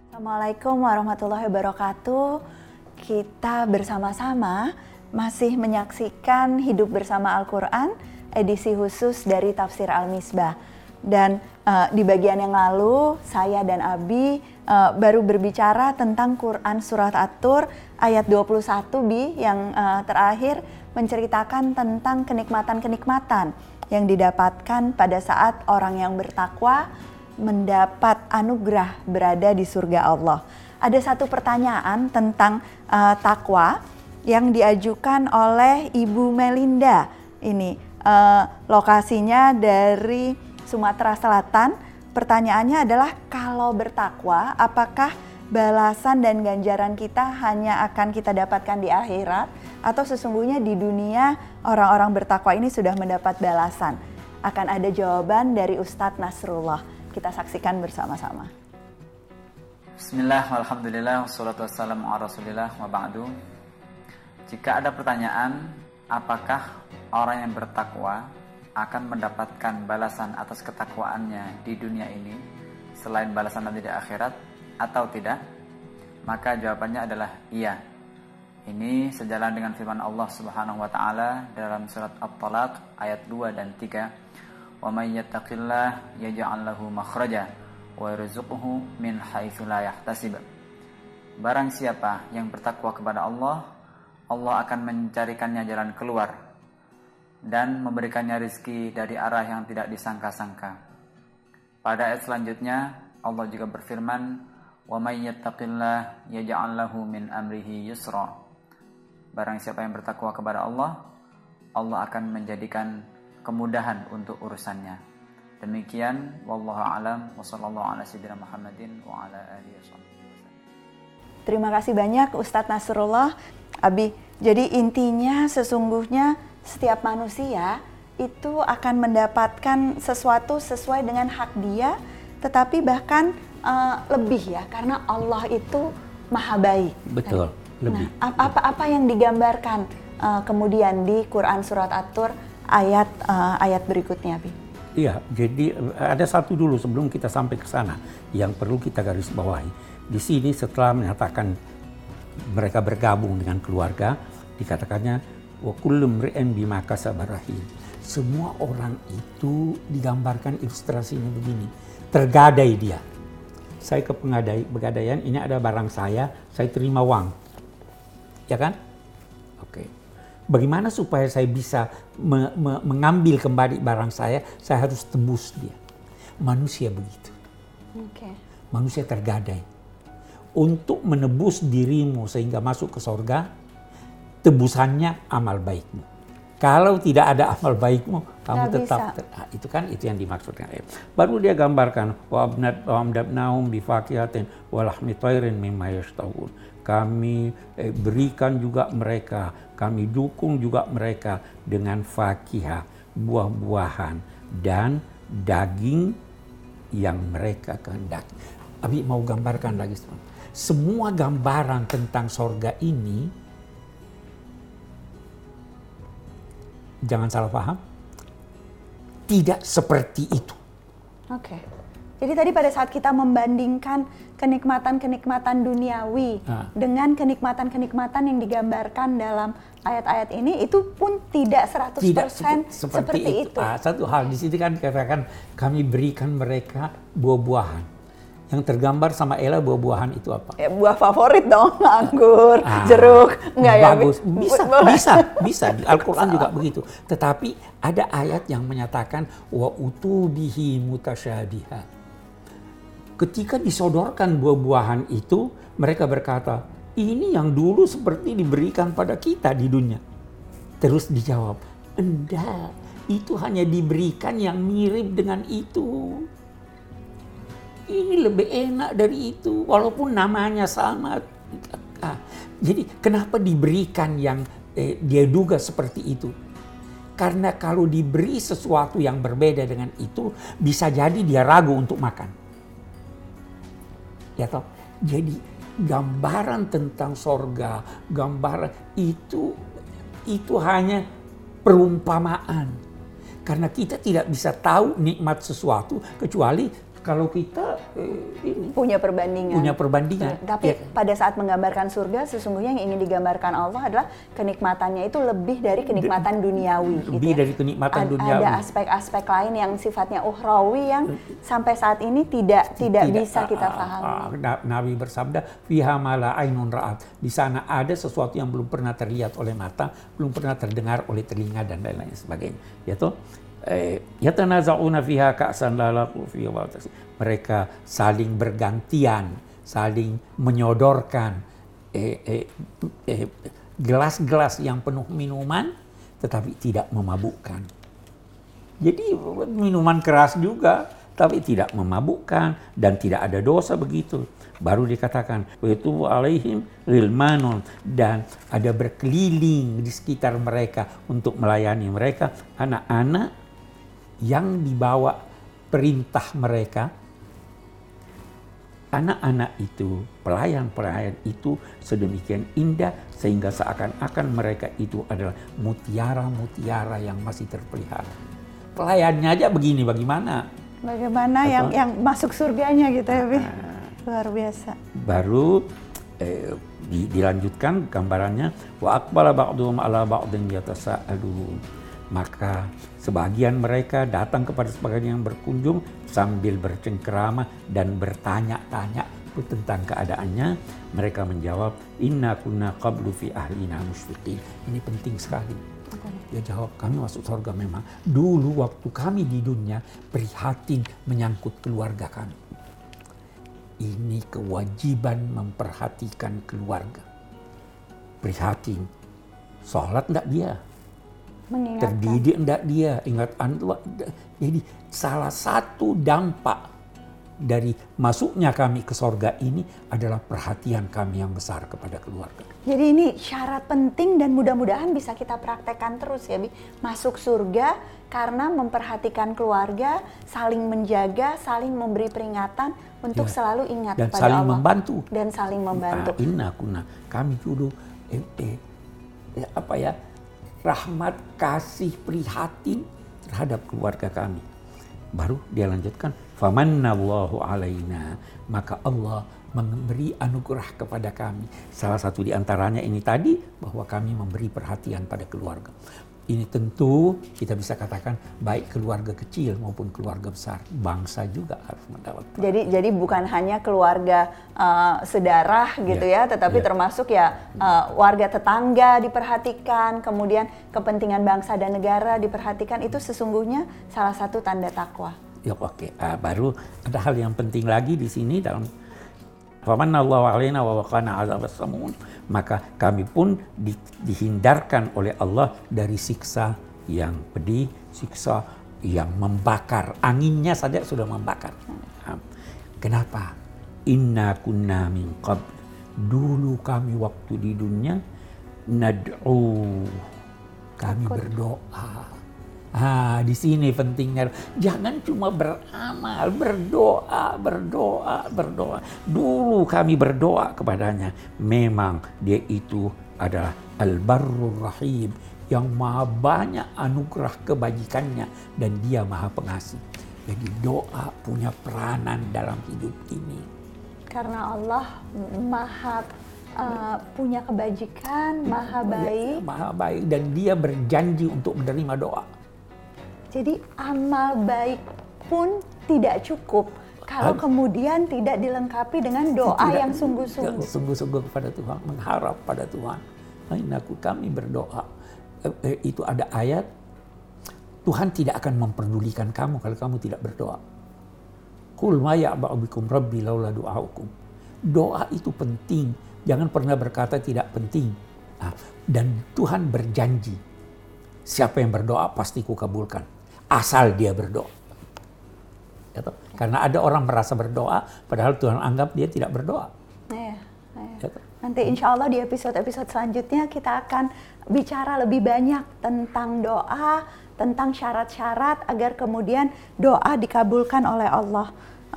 Assalamualaikum warahmatullahi wabarakatuh. Kita bersama-sama masih menyaksikan Hidup Bersama Al-Quran, edisi khusus dari Tafsir Al-Misbah. Dan di bagian yang lalu, saya dan Abi baru berbicara tentang Quran Surat At-Tur ayat 21 Bi, yang terakhir menceritakan tentang kenikmatan-kenikmatan yang didapatkan pada saat orang yang bertakwa mendapat anugerah berada di surga Allah. Ada satu pertanyaan tentang takwa yang diajukan oleh Ibu Melinda. Ini lokasinya dari Sumatera Selatan. Pertanyaannya adalah, kalau bertakwa, apakah balasan dan ganjaran kita hanya akan kita dapatkan di akhirat, atau sesungguhnya di dunia orang-orang bertakwa ini sudah mendapat balasan? Akan ada jawaban dari Ustadz Nasrullah. Kita saksikan bersama-sama. Bismillah, walhamdulillah, wassalatu wassalamu ala rasulillah, wa ba'du. Jika ada pertanyaan, apakah orang yang bertakwa akan mendapatkan balasan atas ketakwaannya di dunia ini selain balasan nanti di akhirat atau tidak? Maka jawabannya adalah iya. Ini sejalan dengan firman Allah Subhanahu wa taala dalam surat At-Talaq ayat 2 dan 3. Wa may yattaqillah yaj'al lahu makhraja wa yarzuqhu min haitsu la yahtasib. Barang siapa yang bertakwa kepada Allah, Allah akan mencarikannya jalan keluar dan memberikannya rezeki dari arah yang tidak disangka-sangka. Pada ayat selanjutnya Allah juga berfirman, wa may yattaqillah yaj'al lahu min amrihi yusra. Barang siapa yang bertakwa kepada Allah, Allah akan menjadikan kemudahan untuk urusannya. Demikian, wallahu a'lam, wa sallallahu ala sayyidina Muhammadin wa ala alihi wasallam. Terima kasih banyak Ustadz Nasrullah. Abi, jadi intinya sesungguhnya setiap manusia itu akan mendapatkan sesuatu sesuai dengan hak dia, tetapi bahkan lebih ya, karena Allah itu maha baik. Betul, lebih. Nah, apa yang digambarkan kemudian di Quran Surat At-Tur ayat berikutnya, Bi? Iya, jadi ada satu dulu sebelum kita sampai ke sana yang perlu kita garis bawahi. Di sini setelah menyatakan mereka bergabung dengan keluarga, dikatakannya wa kullu mri'in bima kasaba rahin. Semua orang itu digambarkan ilustrasinya begini. Tergadai dia. Saya ke pegadaian, ini ada barang saya terima uang. Ya kan? Oke. Bagaimana supaya saya bisa mengambil kembali barang saya harus tebus dia. Manusia begitu. Okay. Manusia tergadai. Untuk menebus dirimu sehingga masuk ke surga, tebusannya amal baikmu. Kalau tidak ada amal baikmu, kamu tetap itu yang dimaksudkan. Baru dia gambarkan wa amdabnahum bifaqihatin wa lahmi thairin mimma yashtahun. Kami berikan juga mereka, kami dukung juga mereka dengan fakihah, buah-buahan dan daging yang mereka kehendaki. Abi mau gambarkan lagi, semua gambaran tentang sorga ini, jangan salah paham, tidak seperti itu. Oke. Jadi tadi pada saat kita membandingkan kenikmatan-kenikmatan duniawi dengan kenikmatan-kenikmatan yang digambarkan dalam ayat-ayat ini, itu pun tidak 100% seperti itu. Satu hal di sini kan dikatakan kami berikan mereka buah-buahan. Yang tergambar sama Ella buah-buahan itu apa? Buah favorit dong, anggur, jeruk. Enggak bagus. Ya? Bisa. Di Al-Quran juga begitu. Tetapi ada ayat yang menyatakan wa utubihi mutasyabiha. Ketika disodorkan buah-buahan itu, mereka berkata, ini yang dulu seperti diberikan pada kita di dunia. Terus dijawab, enggak, itu hanya diberikan yang mirip dengan itu. Ini lebih enak dari itu, walaupun namanya sama. Jadi kenapa diberikan yang dia duga seperti itu? Karena kalau diberi sesuatu yang berbeda dengan itu, bisa jadi dia ragu untuk makan. Ya toh? Jadi gambaran tentang sorga, gambaran itu hanya perumpamaan. Karena kita tidak bisa tahu nikmat sesuatu kecuali kalau kita punya perbandingan. Punya perbandingan. Tapi pada saat menggambarkan surga, sesungguhnya yang ingin digambarkan Allah adalah kenikmatannya itu lebih dari kenikmatan duniawi. Lebih dari kenikmatan duniawi. Ada aspek-aspek lain yang sifatnya ukhrawi yang sampai saat ini tidak bisa kita pahami. Nabi bersabda, "Fiha ma la ainun ra'at." Di sana ada sesuatu yang belum pernah terlihat oleh mata, belum pernah terdengar oleh telinga dan lain-lain sebagainya. Yaitu yatanaza'una fiha ka'san la laqu fiha wa mereka saling bergantian, saling menyodorkan gelas-gelas yang penuh minuman tetapi tidak memabukkan. Jadi minuman keras juga tapi tidak memabukkan dan tidak ada dosa begitu. Baru dikatakan itu alaihim ghilmanun, dan ada berkeliling di sekitar mereka untuk melayani mereka anak-anak yang dibawa perintah mereka. Anak-anak itu, pelayan-pelayan itu sedemikian indah sehingga seakan-akan mereka itu adalah mutiara-mutiara yang masih terpelihara. Pelayannya aja begini, bagaimana? Bagaimana yang masuk surganya gitu ya, Bi? Luar biasa. Baru dilanjutkan gambarannya, wa aqbala ba'duhum ala ba'din yatasaalun. Maka sebagian mereka datang kepada sebagian yang berkunjung sambil bercengkerama dan bertanya-tanya tentang keadaannya. Mereka menjawab, inna kunna qablu fi ahlina musyfiqin. Ini penting sekali. Dia jawab, kami masuk surga memang. Dulu waktu kami di dunia prihatin menyangkut keluarga kami. Ini kewajiban memperhatikan keluarga. Prihatin. Sholat enggak dia? Mengingatkan. Terdidik enggak dia? Ingat Allah. Jadi salah satu dampak dari masuknya kami ke sorga ini adalah perhatian kami yang besar kepada keluarga. Jadi ini syarat penting dan mudah-mudahan bisa kita praktekkan terus ya, Bi. Masuk surga karena memperhatikan keluarga, saling menjaga, saling memberi peringatan untuk selalu ingat dan kepada saling Allah. Membantu. Dan saling membantu. Inna kunna, kami dulu rahmat, kasih, prihatin terhadap keluarga kami. Baru dia lanjutkan, famannallahu alaina, maka Allah memberi anugerah kepada kami. Salah satu di antaranya ini tadi, bahwa kami memberi perhatian pada keluarga. Ini tentu kita bisa katakan baik keluarga kecil maupun keluarga besar, bangsa juga harus mendapat. Jadi bukan hanya keluarga sedarah gitu ya, tetapi termasuk warga tetangga diperhatikan, kemudian kepentingan bangsa dan negara diperhatikan, itu sesungguhnya salah satu tanda takwa. Ya oke. Baru ada hal yang penting lagi di sini dalam famanallahu alaina wa waqana adzabas samun. Maka kami pun dihindarkan oleh Allah dari siksa yang pedih, siksa yang membakar. Anginnya saja sudah membakar. Kenapa? Inna kunna min qabl. Dulu kami waktu di dunia nad'u. Kami berdoa. Di sini pentingnya. Jangan cuma beramal, berdoa. Dulu kami berdoa kepadanya. Memang dia itu adalah Al-Barrur Rahim, yang maha banyak anugerah kebajikannya dan dia maha pengasih. Jadi doa punya peranan dalam hidup ini. Karena Allah maha punya kebajikan, maha baik. Maha baik, dan dia berjanji untuk menerima doa. Jadi amal baik pun tidak cukup kalau kemudian tidak dilengkapi dengan doa yang sungguh-sungguh. Sungguh-sungguh kepada Tuhan, mengharap pada Tuhan. Kami berdoa. Itu ada ayat, Tuhan tidak akan memperdulikan kamu kalau kamu tidak berdoa. Qul ma ya'ba'u bikum rabbi laula du'aukum. Doa itu penting. Jangan pernah berkata tidak penting. Dan Tuhan berjanji, siapa yang berdoa pasti kukabulkan. Asal dia berdoa. Gitu. Karena ada orang merasa berdoa, padahal Tuhan anggap dia tidak berdoa. Gitu. Nanti insya Allah di episode-episode selanjutnya kita akan bicara lebih banyak tentang doa, tentang syarat-syarat agar kemudian doa dikabulkan oleh Allah.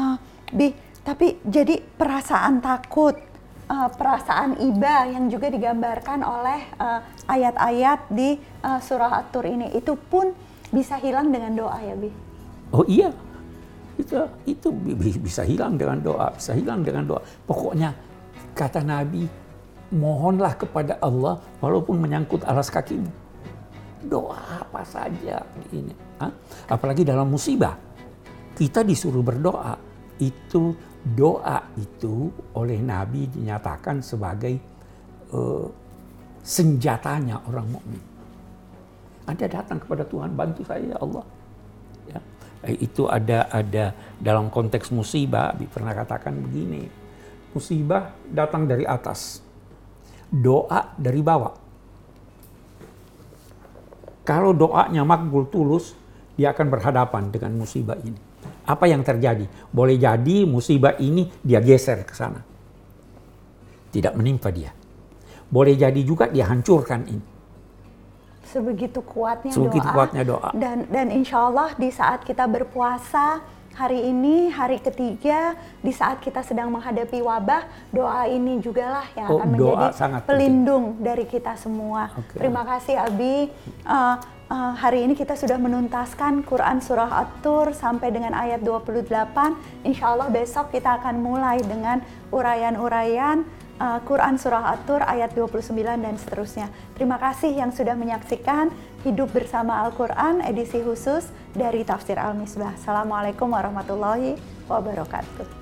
Tapi jadi perasaan takut, perasaan iba yang juga digambarkan oleh ayat-ayat di surah At-Tur ini, itu pun bisa hilang dengan doa ya, Bi? Oh iya, itu bisa hilang dengan doa, bisa hilang dengan doa. Pokoknya kata Nabi, mohonlah kepada Allah walaupun menyangkut alas kakimu. Doa apa saja ini. Apalagi dalam musibah, kita disuruh berdoa. Doa itu oleh Nabi dinyatakan sebagai senjatanya orang mukmin. Anda datang kepada Tuhan, bantu saya ya Allah. Ya. Itu ada dalam konteks musibah, pernah katakan begini, musibah datang dari atas, doa dari bawah. Kalau doanya makbul tulus, dia akan berhadapan dengan musibah ini. Apa yang terjadi? Boleh jadi musibah ini dia geser ke sana. Tidak menimpa dia. Boleh jadi juga dia hancurkan ini. Sebegitu kuatnya doa. Dan insya Allah di saat kita berpuasa hari ini, hari ketiga, di saat kita sedang menghadapi wabah, doa ini jugalah yang akan menjadi pelindung dari kita semua. Okay. Terima kasih Abi. Hari ini kita sudah menuntaskan Quran Surah At-Tur sampai dengan ayat 28. Insya Allah besok kita akan mulai dengan uraian-uraian Quran Surah At-Tur ayat 29 dan seterusnya. Terima kasih yang sudah menyaksikan Hidup Bersama Al-Quran edisi khusus dari Tafsir Al-Misbah. Assalamualaikum warahmatullahi wabarakatuh.